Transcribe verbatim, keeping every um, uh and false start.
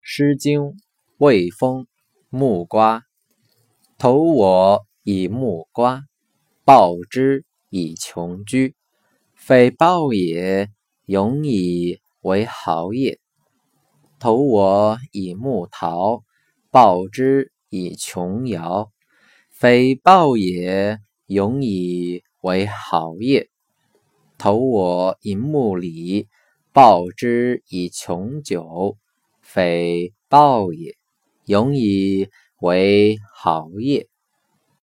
诗经·卫风·木瓜。投我以木瓜，报之以穷居。非报也，永以为好也。投我以木桃，报之以琼瑶。非报也，永以为好也。投我以木李，报之以琼酒。非报也，永以为好也。